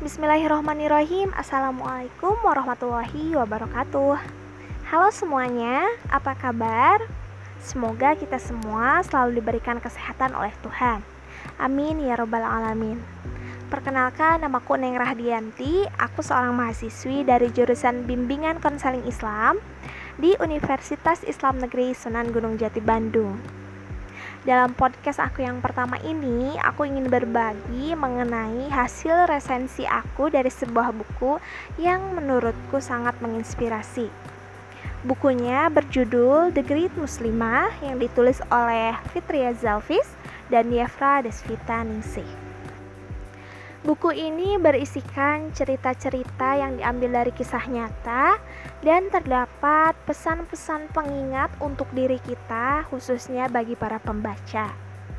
Bismillahirrahmanirrahim. Assalamualaikum warahmatullahi wabarakatuh. Halo semuanya, apa kabar? Semoga kita semua selalu diberikan kesehatan oleh Tuhan. Amin ya robbal alamin. Perkenalkan, namaku Neng Rahdianti. Aku seorang mahasiswi dari jurusan Bimbingan Konseling Islam di Universitas Islam Negeri Sunan Gunung Jati, Bandung. Dalam podcast aku yang pertama ini, aku ingin berbagi mengenai hasil resensi aku dari sebuah buku yang menurutku sangat menginspirasi. Bukunya berjudul The Great Muslimah yang ditulis oleh Fitriya Zalfis dan Yefra Desvita Ningsih. Buku ini berisikan cerita-cerita yang diambil dari kisah nyata dan terdapat pesan-pesan pengingat untuk diri kita, khususnya bagi para pembaca.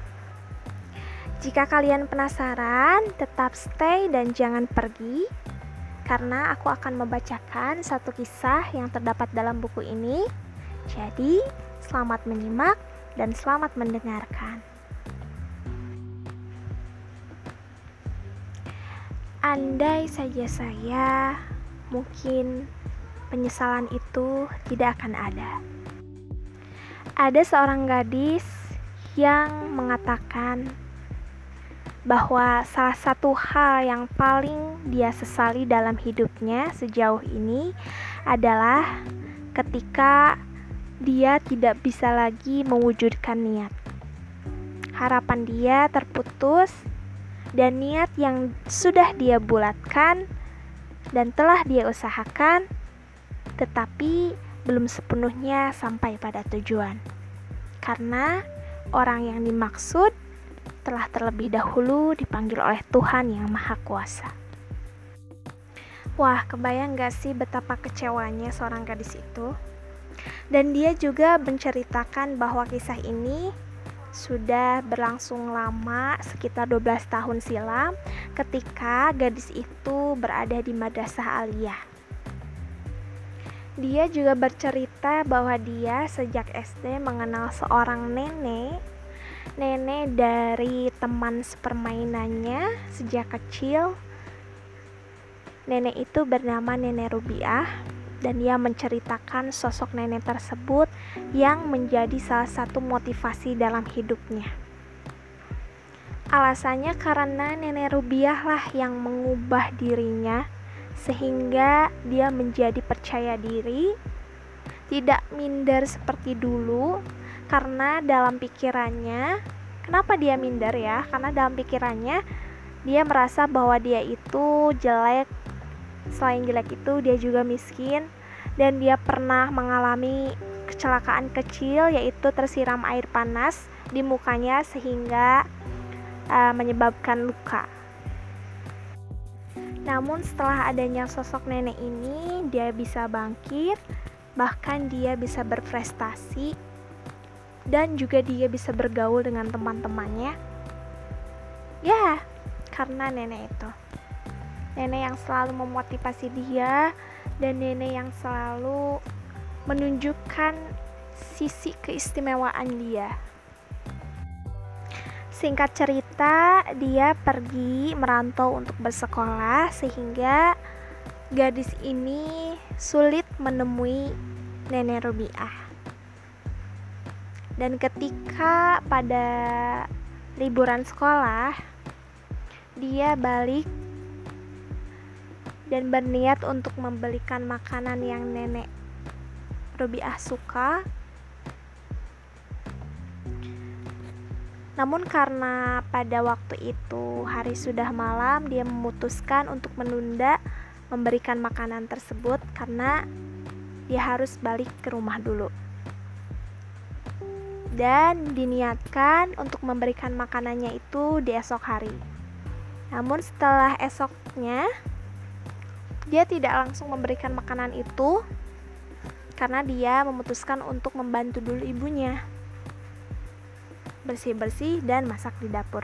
Jika kalian penasaran, tetap stay dan jangan pergi, karena aku akan membacakan satu kisah yang terdapat dalam buku ini. Jadi, selamat menyimak dan selamat mendengarkan. Andai saja saya, mungkin penyesalan itu tidak akan ada. Ada seorang gadis yang mengatakan bahwa salah satu hal yang paling dia sesali dalam hidupnya sejauh ini adalah ketika dia tidak bisa lagi mewujudkan niat. Harapan dia terputus, dan niat yang sudah dia bulatkan dan telah dia usahakan, tetapi belum sepenuhnya sampai pada tujuan, karena orang yang dimaksud telah terlebih dahulu dipanggil oleh Tuhan yang Maha Kuasa. Wah, kebayang gak sih betapa kecewanya seorang gadis itu? Dan dia juga menceritakan bahwa kisah ini sudah berlangsung lama, sekitar 12 tahun silam, ketika gadis itu berada di madrasah aliyah. Dia juga bercerita bahwa dia sejak SD mengenal seorang nenek dari teman sepermainannya sejak kecil. Nenek itu bernama Nenek Rubiah, dan dia menceritakan sosok nenek tersebut yang menjadi salah satu motivasi dalam hidupnya. Alasannya karena Nenek Rubiah lah yang mengubah dirinya sehingga dia menjadi percaya diri, tidak minder seperti dulu, karena dalam pikirannya, kenapa dia minder ya? Karena dalam pikirannya dia merasa bahwa dia itu jelek. Selain jelek itu, dia juga miskin, dan dia pernah mengalami kecelakaan kecil, yaitu tersiram air panas di mukanya sehingga menyebabkan luka. Namun setelah adanya sosok nenek ini, dia bisa bangkit, bahkan dia bisa berprestasi, dan juga dia bisa bergaul dengan teman-temannya. Ya, karena nenek itu. Nenek yang selalu memotivasi dia, dan nenek yang selalu menunjukkan sisi keistimewaan dia. Singkat cerita, dia pergi merantau untuk bersekolah sehingga gadis ini sulit menemui Nenek Rubiah. Dan ketika pada liburan sekolah, dia balik dan berniat untuk membelikan makanan yang Nenek Rubiah suka. Namun karena pada waktu itu hari sudah malam, dia memutuskan untuk menunda memberikan makanan tersebut karena dia harus balik ke rumah dulu. Dan diniatkan untuk memberikan makanannya itu di esok hari. Namun setelah esoknya, dia tidak langsung memberikan makanan itu karena dia memutuskan untuk membantu dulu ibunya bersih-bersih dan masak di dapur.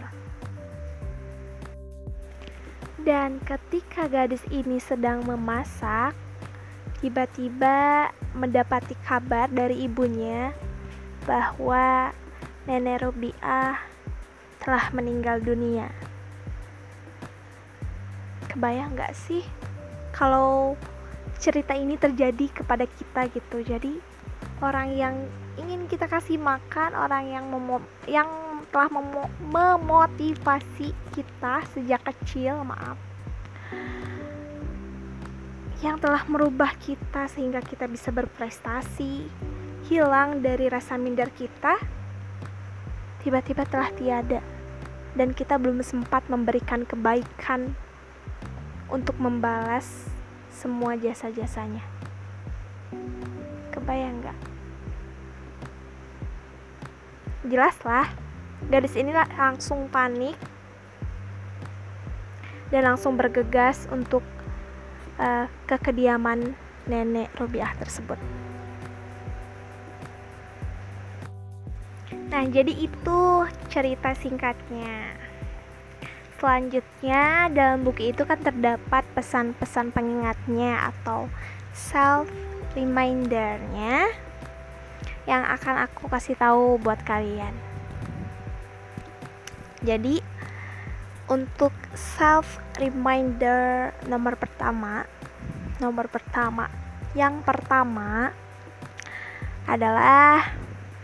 Dan ketika gadis ini sedang memasak, tiba-tiba mendapati kabar dari ibunya bahwa Nenek Rubiah telah meninggal dunia. Kebayang gak sih kalau cerita ini terjadi kepada kita gitu. Jadi orang yang ingin kita kasih makan, orang yang telah memotivasi kita sejak kecil, yang telah merubah kita sehingga kita bisa berprestasi, hilang dari rasa minder kita, tiba-tiba telah tiada, dan kita belum sempat memberikan kebaikan untuk membalas semua jasa-jasanya. Kebayang gak? Jelaslah, gadis ini langsung panik dan langsung bergegas untuk ke kediaman nenek Robiah tersebut. Nah, jadi itu cerita singkatnya. Selanjutnya dalam buku itu kan terdapat pesan-pesan pengingatnya atau self remindernya yang akan aku kasih tahu buat kalian. Jadi untuk self reminder nomor pertama yang pertama adalah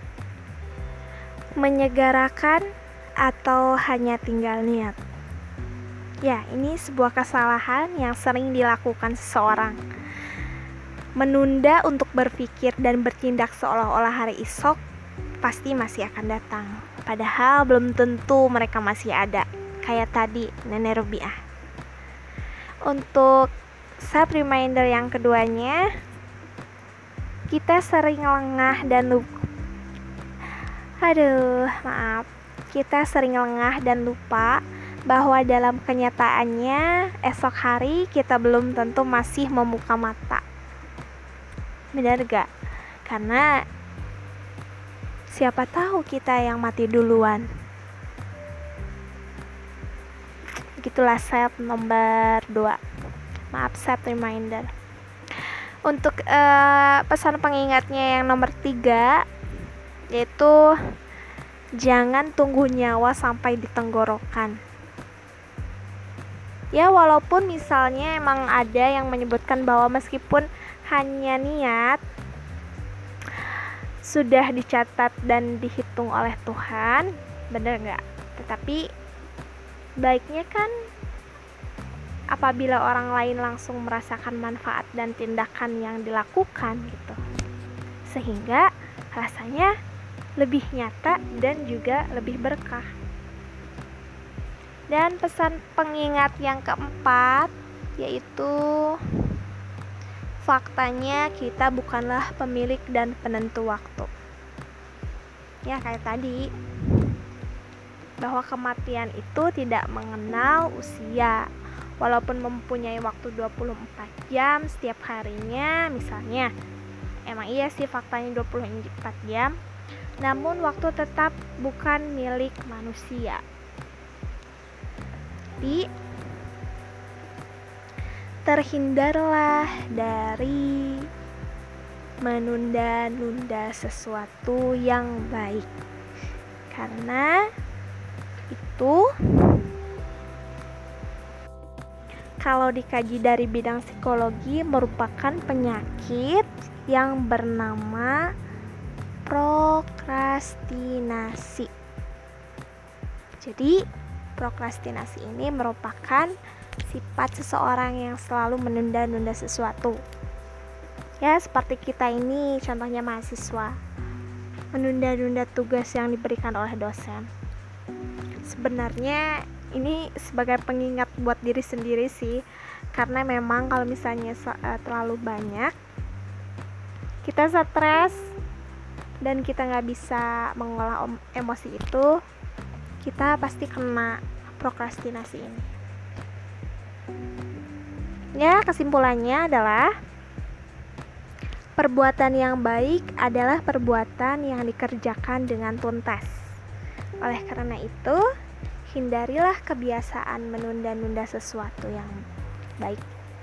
menyegarakan atau hanya tinggal niat. Ya, ini sebuah kesalahan yang sering dilakukan seseorang. Menunda untuk berpikir dan bertindak seolah-olah hari esok pasti masih akan datang. Padahal belum tentu mereka masih ada. Kayak tadi, Nenek Robiah. Untuk self reminder yang keduanya, kita sering lengah dan lupa. Kita sering lengah dan lupa bahwa dalam kenyataannya esok hari kita belum tentu masih membuka mata. Benar gak? Karena siapa tahu kita yang mati duluan. Begitulah self nomor 2. Self reminder. Untuk pesan pengingatnya yang nomor 3, yaitu jangan tunggu nyawa sampai di tenggorokan. Ya, walaupun misalnya emang ada yang menyebutkan bahwa meskipun hanya niat sudah dicatat dan dihitung oleh Tuhan, bener gak? Tetapi baiknya kan apabila orang lain langsung merasakan manfaat dan tindakan yang dilakukan gitu, sehingga rasanya lebih nyata dan juga lebih berkah. Dan pesan pengingat yang keempat, yaitu faktanya kita bukanlah pemilik dan penentu waktu. Ya, kayak tadi, bahwa kematian itu tidak mengenal usia. Walaupun mempunyai waktu 24 jam setiap harinya, misalnya, emang iya sih faktanya 24 jam, namun waktu tetap bukan milik manusia. Jadi terhindarlah dari menunda-nunda sesuatu yang baik, karena itu kalau dikaji dari bidang psikologi merupakan penyakit yang bernama prokrastinasi. Jadi prokrastinasi ini merupakan sifat seseorang yang selalu menunda-nunda sesuatu. Ya, seperti kita ini, contohnya mahasiswa, menunda-nunda tugas yang diberikan oleh dosen. Sebenarnya ini sebagai pengingat buat diri sendiri sih, karena memang kalau misalnya terlalu banyak, kita stres dan kita nggak bisa mengolah emosi itu, kita pasti kena prokrastinasi ini. Ya, kesimpulannya adalah perbuatan yang baik adalah perbuatan yang dikerjakan dengan tuntas. Oleh karena itu, hindarilah kebiasaan menunda-nunda sesuatu yang baik.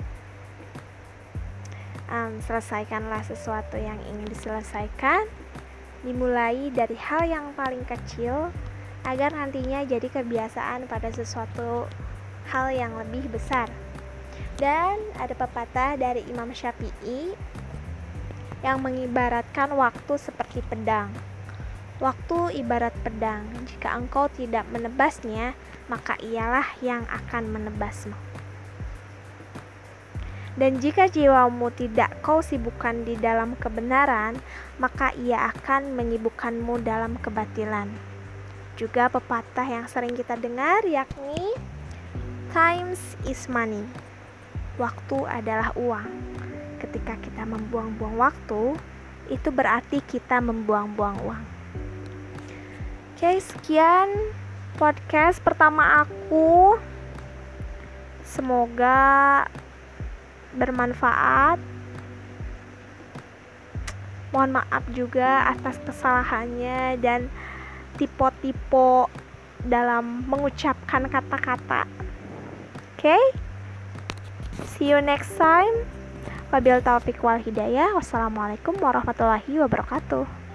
Selesaikanlah sesuatu yang ingin diselesaikan, dimulai dari hal yang paling kecil agar nantinya jadi kebiasaan pada sesuatu hal yang lebih besar. Dan ada pepatah dari Imam Syafi'i yang mengibaratkan waktu seperti pedang. Waktu ibarat pedang, jika engkau tidak menebasnya, maka ialah yang akan menebasmu. Dan jika jiwamu tidak kau sibukkan di dalam kebenaran, maka ia akan menyibukkanmu dalam kebatilan. Juga pepatah yang sering kita dengar yakni time is money. Waktu adalah uang. Ketika kita membuang-buang waktu, itu berarti kita membuang-buang uang. Oke, sekian podcast pertama aku. Semoga bermanfaat. Mohon maaf juga atas kesalahannya dan tipe-tipe dalam mengucapkan kata-kata. Oke? See you next time. Wabillahi taufiq wal hidayah. Wassalamualaikum warahmatullahi wabarakatuh.